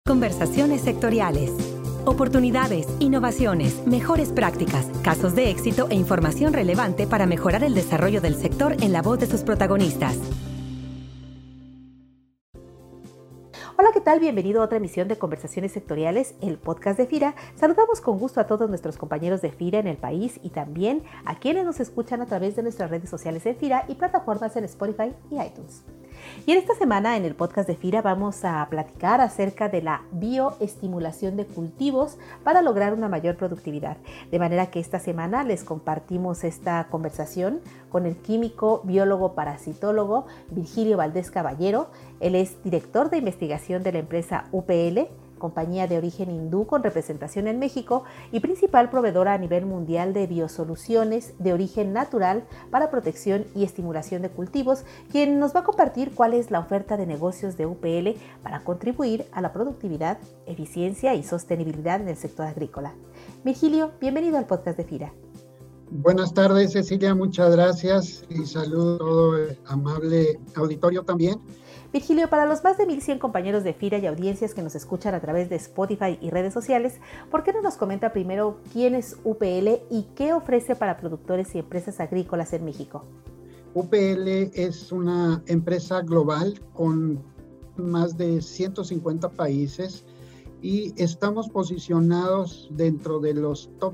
Conversaciones sectoriales. Oportunidades, innovaciones, mejores prácticas, casos de éxito e información relevante para mejorar el desarrollo del sector en la voz de sus protagonistas. Hola, ¿qué tal? Bienvenido a otra emisión de Conversaciones Sectoriales, el podcast de FIRA. Saludamos con gusto a todos nuestros compañeros de FIRA en el país y también a quienes nos escuchan a través de nuestras redes sociales en FIRA y plataformas en Spotify y iTunes. Y en esta semana en el podcast de FIRA vamos a platicar acerca de la bioestimulación de cultivos para lograr una mayor productividad. De manera que esta semana les compartimos esta conversación con el químico, biólogo, parasitólogo Virgilio Valdés Caballero. Él es director de investigación de la empresa UPL, compañía de origen hindú con representación en México y principal proveedora a nivel mundial de biosoluciones de origen natural para protección y estimulación de cultivos, quien nos va a compartir cuál es la oferta de negocios de UPL para contribuir a la productividad, eficiencia y sostenibilidad en el sector agrícola. Virgilio, bienvenido al podcast de FIRA. Buenas tardes, Cecilia, muchas gracias y saludo a todo el amable auditorio también. Virgilio, para los más de 1,100 compañeros de FIRA y audiencias que nos escuchan a través de Spotify y redes sociales, ¿por qué no nos comenta primero quién es UPL y qué ofrece para productores y empresas agrícolas en México? UPL es una empresa global con más de 150 países y estamos posicionados dentro de los top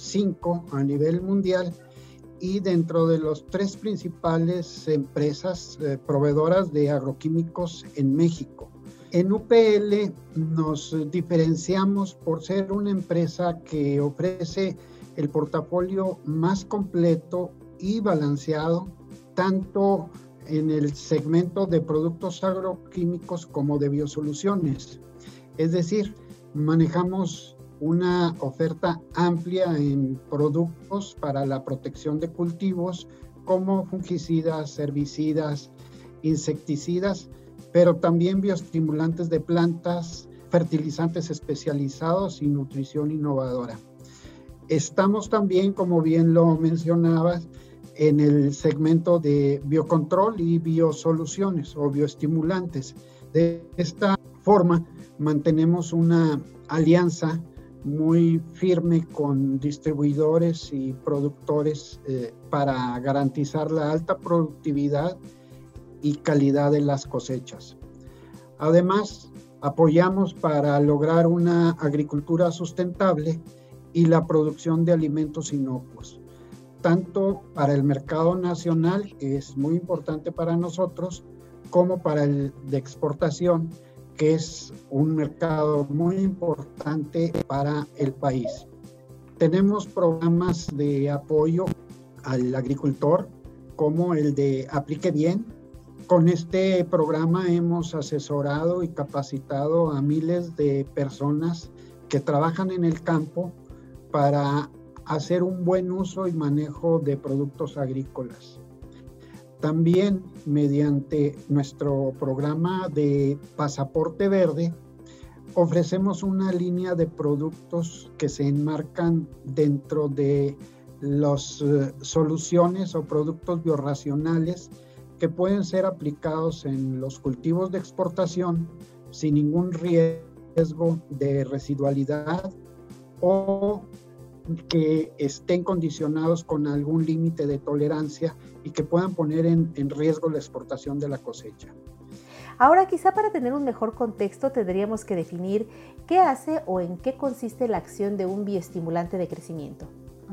5 a nivel mundial y dentro de los 3 principales empresas proveedoras de agroquímicos en México. En UPL nos diferenciamos por ser una empresa que ofrece el portafolio más completo y balanceado, tanto en el segmento de productos agroquímicos como de biosoluciones. Es decir, manejamos una oferta amplia en productos para la protección de cultivos como fungicidas, herbicidas, insecticidas, pero también bioestimulantes de plantas, fertilizantes especializados y nutrición innovadora. Estamos también, como bien lo mencionabas, en el segmento de biocontrol y biosoluciones o bioestimulantes. De esta forma, mantenemos una alianza muy firme con distribuidores y productores para garantizar la alta productividad y calidad de las cosechas. Además, apoyamos para lograr una agricultura sustentable y la producción de alimentos inocuos, tanto para el mercado nacional, que es muy importante para nosotros, como para el de exportación, que es un mercado muy importante para el país. Tenemos programas de apoyo al agricultor, como el de Aplique Bien. Con este programa hemos asesorado y capacitado a miles de personas que trabajan en el campo para hacer un buen uso y manejo de productos agrícolas. También mediante nuestro programa de Pasaporte Verde, ofrecemos una línea de productos que se enmarcan dentro de las soluciones o productos biorracionales que pueden ser aplicados en los cultivos de exportación sin ningún riesgo de residualidad o que estén condicionados con algún límite de tolerancia y que puedan poner en riesgo la exportación de la cosecha. Ahora, quizá para tener un mejor contexto tendríamos que definir qué hace o en qué consiste la acción de un bioestimulante de crecimiento.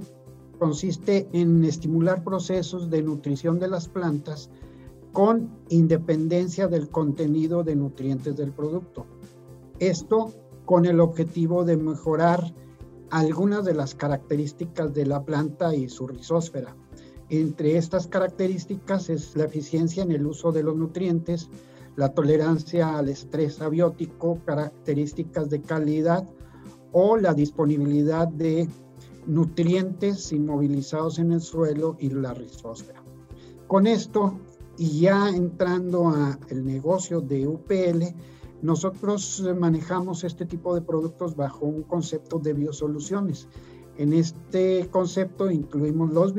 Consiste en estimular procesos de nutrición de las plantas con independencia del contenido de nutrientes del producto. Esto con el objetivo de mejorar algunas de las características de la planta y su rizósfera. Entre estas características es la eficiencia en el uso de los nutrientes, la tolerancia al estrés abiótico, características de calidad o la disponibilidad de nutrientes inmovilizados en el suelo y la rizósfera. Con esto, y ya entrando al negocio de UPL, nosotros manejamos este tipo de productos bajo un concepto de biosoluciones. En este concepto incluimos los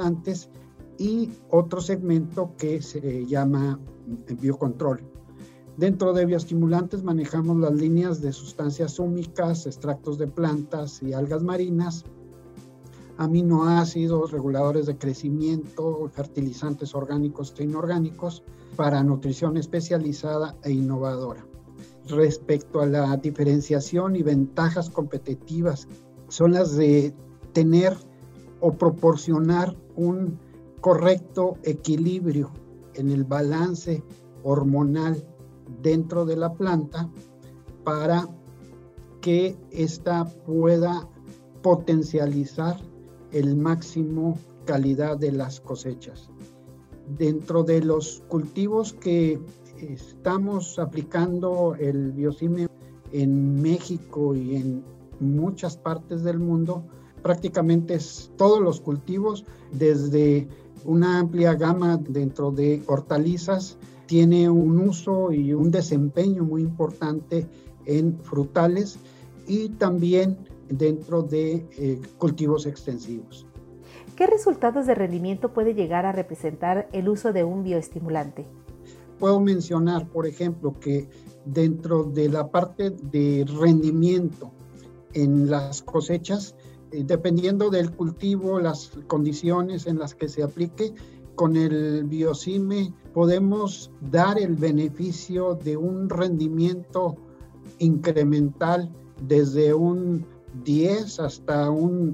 bioestimulantes y otro segmento que se llama biocontrol. Dentro de bioestimulantes manejamos las líneas de sustancias húmicas, extractos de plantas y algas marinas, aminoácidos, reguladores de crecimiento, fertilizantes orgánicos e inorgánicos para nutrición especializada e innovadora. Respecto a la diferenciación y ventajas competitivas, son las de tener o proporcionar un correcto equilibrio en el balance hormonal dentro de la planta para que ésta pueda potencializar el máximo calidad de las cosechas. Dentro de los cultivos que estamos aplicando el Biosime en México y en muchas partes del mundo, prácticamente todos los cultivos, desde una amplia gama dentro de hortalizas, tiene un uso y un desempeño muy importante en frutales y también dentro de cultivos extensivos. ¿Qué resultados de rendimiento puede llegar a representar el uso de un bioestimulante? Puedo mencionar, por ejemplo, que dentro de la parte de rendimiento en las cosechas, dependiendo del cultivo, las condiciones en las que se aplique, con el Biosime podemos dar el beneficio de un rendimiento incremental desde un 10 hasta un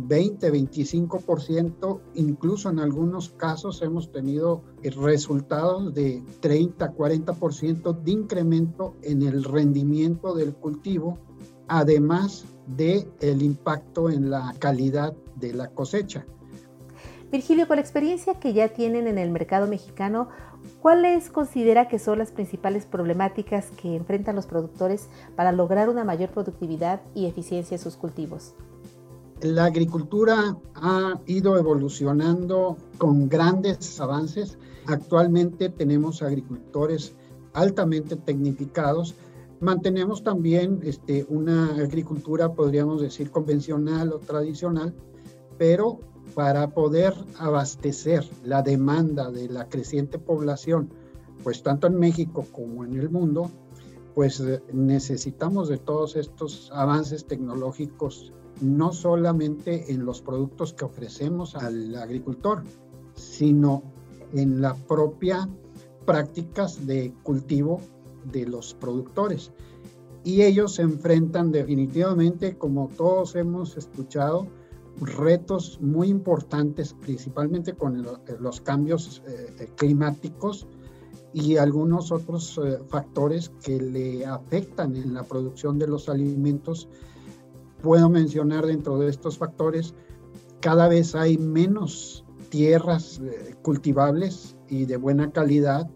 20-25%, incluso en algunos casos hemos tenido resultados de 30-40% de incremento en el rendimiento del cultivo, además del impacto en la calidad de la cosecha. Virgilio, con la experiencia que ya tienen en el mercado mexicano, ¿cuáles considera que son las principales problemáticas que enfrentan los productores para lograr una mayor productividad y eficiencia en sus cultivos? La agricultura ha ido evolucionando con grandes avances. Actualmente tenemos agricultores altamente tecnificados. Mantenemos también una agricultura, podríamos decir, convencional o tradicional, pero para poder abastecer la demanda de la creciente población, pues tanto en México como en el mundo, pues necesitamos de todos estos avances tecnológicos, no solamente en los productos que ofrecemos al agricultor, sino en las propias prácticas de cultivo de los productores. Y ellos se enfrentan definitivamente, como todos hemos escuchado, retos muy importantes, principalmente con los cambios climáticos y algunos otros factores que le afectan en la producción de los alimentos. Puedo mencionar dentro de estos factores, cada vez hay menos tierras cultivables y de buena calidad.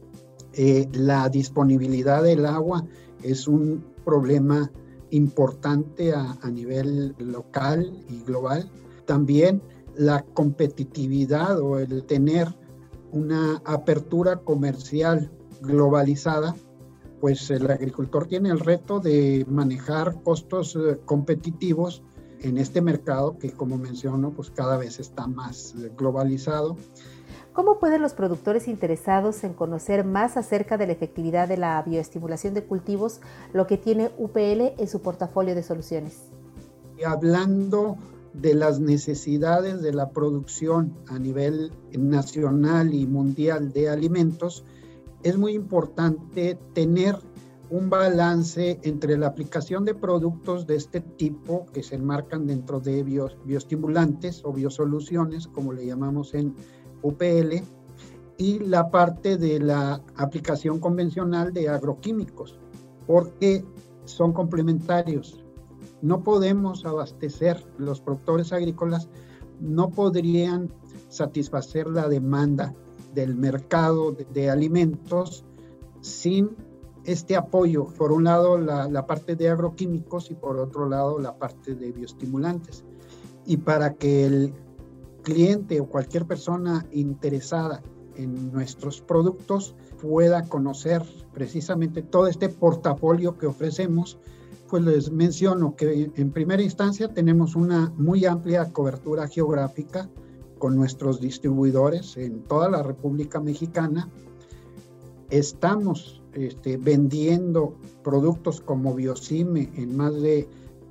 La disponibilidad del agua es un problema importante a nivel local y global. También la competitividad o el tener una apertura comercial globalizada, pues el agricultor tiene el reto de manejar costos competitivos en este mercado que, como menciono, pues cada vez está más globalizado. ¿Cómo pueden los productores interesados en conocer más acerca de la efectividad de la bioestimulación de cultivos, lo que tiene UPL en su portafolio de soluciones? Hablando de las necesidades de la producción a nivel nacional y mundial de alimentos, es muy importante tener un balance entre la aplicación de productos de este tipo que se enmarcan dentro de bioestimulantes o biosoluciones, como le llamamos en UPL, y la parte de la aplicación convencional de agroquímicos, porque son complementarios. No podemos abastecer, los productores agrícolas no podrían satisfacer la demanda del mercado de alimentos sin este apoyo. Por un lado la parte de agroquímicos y por otro lado la parte de bioestimulantes. Y para que el cliente o cualquier persona interesada en nuestros productos pueda conocer precisamente todo este portafolio que ofrecemos, pues les menciono que en primera instancia tenemos una muy amplia cobertura geográfica con nuestros distribuidores en toda la República Mexicana. Estamos vendiendo productos como Biocime en más de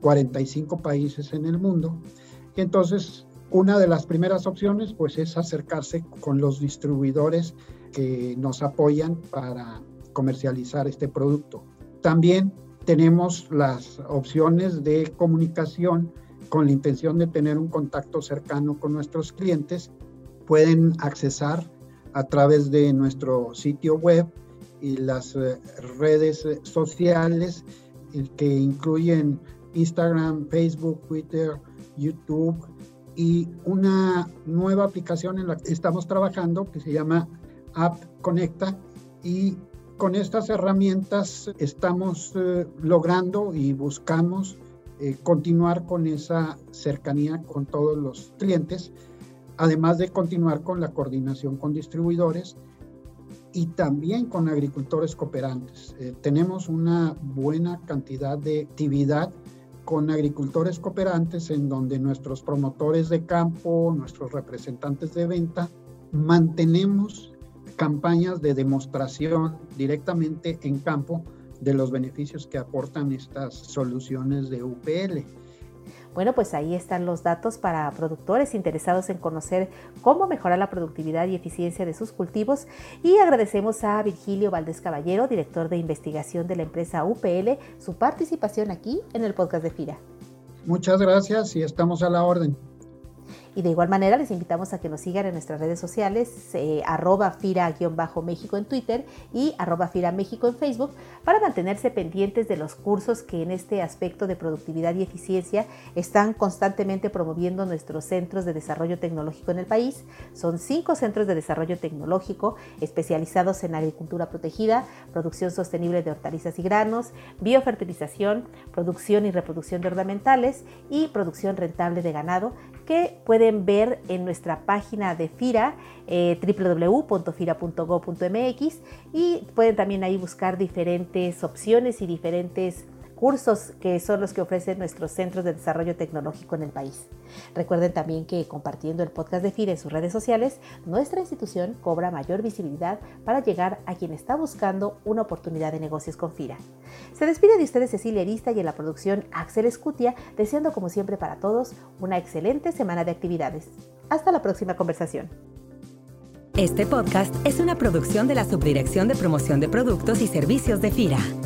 45 países en el mundo. Y entonces, una de las primeras opciones pues es acercarse con los distribuidores que nos apoyan para comercializar este producto. También tenemos las opciones de comunicación con la intención de tener un contacto cercano con nuestros clientes. Pueden accesar a través de nuestro sitio web y las redes sociales que incluyen Instagram, Facebook, Twitter, YouTube y una nueva aplicación en la que estamos trabajando que se llama App Conecta, y con estas herramientas estamos logrando y buscamos continuar con esa cercanía con todos los clientes, además de continuar con la coordinación con distribuidores y también con agricultores cooperantes. Tenemos una buena cantidad de actividad con agricultores cooperantes en donde nuestros promotores de campo, nuestros representantes de venta, mantenemos campañas de demostración directamente en campo de los beneficios que aportan estas soluciones de UPL. Bueno, pues ahí están los datos para productores interesados en conocer cómo mejorar la productividad y eficiencia de sus cultivos, y agradecemos a Virgilio Valdés Caballero, director de investigación de la empresa UPL, su participación aquí en el podcast de FIRA. Muchas gracias y estamos a la orden. Y de igual manera les invitamos a que nos sigan en nuestras redes sociales, @FIRA_México en Twitter y @FIRA México en Facebook, para mantenerse pendientes de los cursos que en este aspecto de productividad y eficiencia están constantemente promoviendo nuestros centros de desarrollo tecnológico en el país. Son 5 centros de desarrollo tecnológico especializados en agricultura protegida, producción sostenible de hortalizas y granos, biofertilización, producción y reproducción de ornamentales y producción rentable de ganado, que pueden ver en nuestra página de FIRA, www.fira.gov.mx, y pueden también ahí buscar diferentes opciones y diferentes cursos que son los que ofrecen nuestros centros de desarrollo tecnológico en el país. Recuerden también que compartiendo el podcast de FIRA en sus redes sociales, nuestra institución cobra mayor visibilidad para llegar a quien está buscando una oportunidad de negocios con FIRA. Se despide de ustedes Cecilia Arista y en la producción Axel Escutia, deseando como siempre para todos una excelente semana de actividades. Hasta la próxima conversación. Este podcast es una producción de la Subdirección de Promoción de Productos y Servicios de FIRA.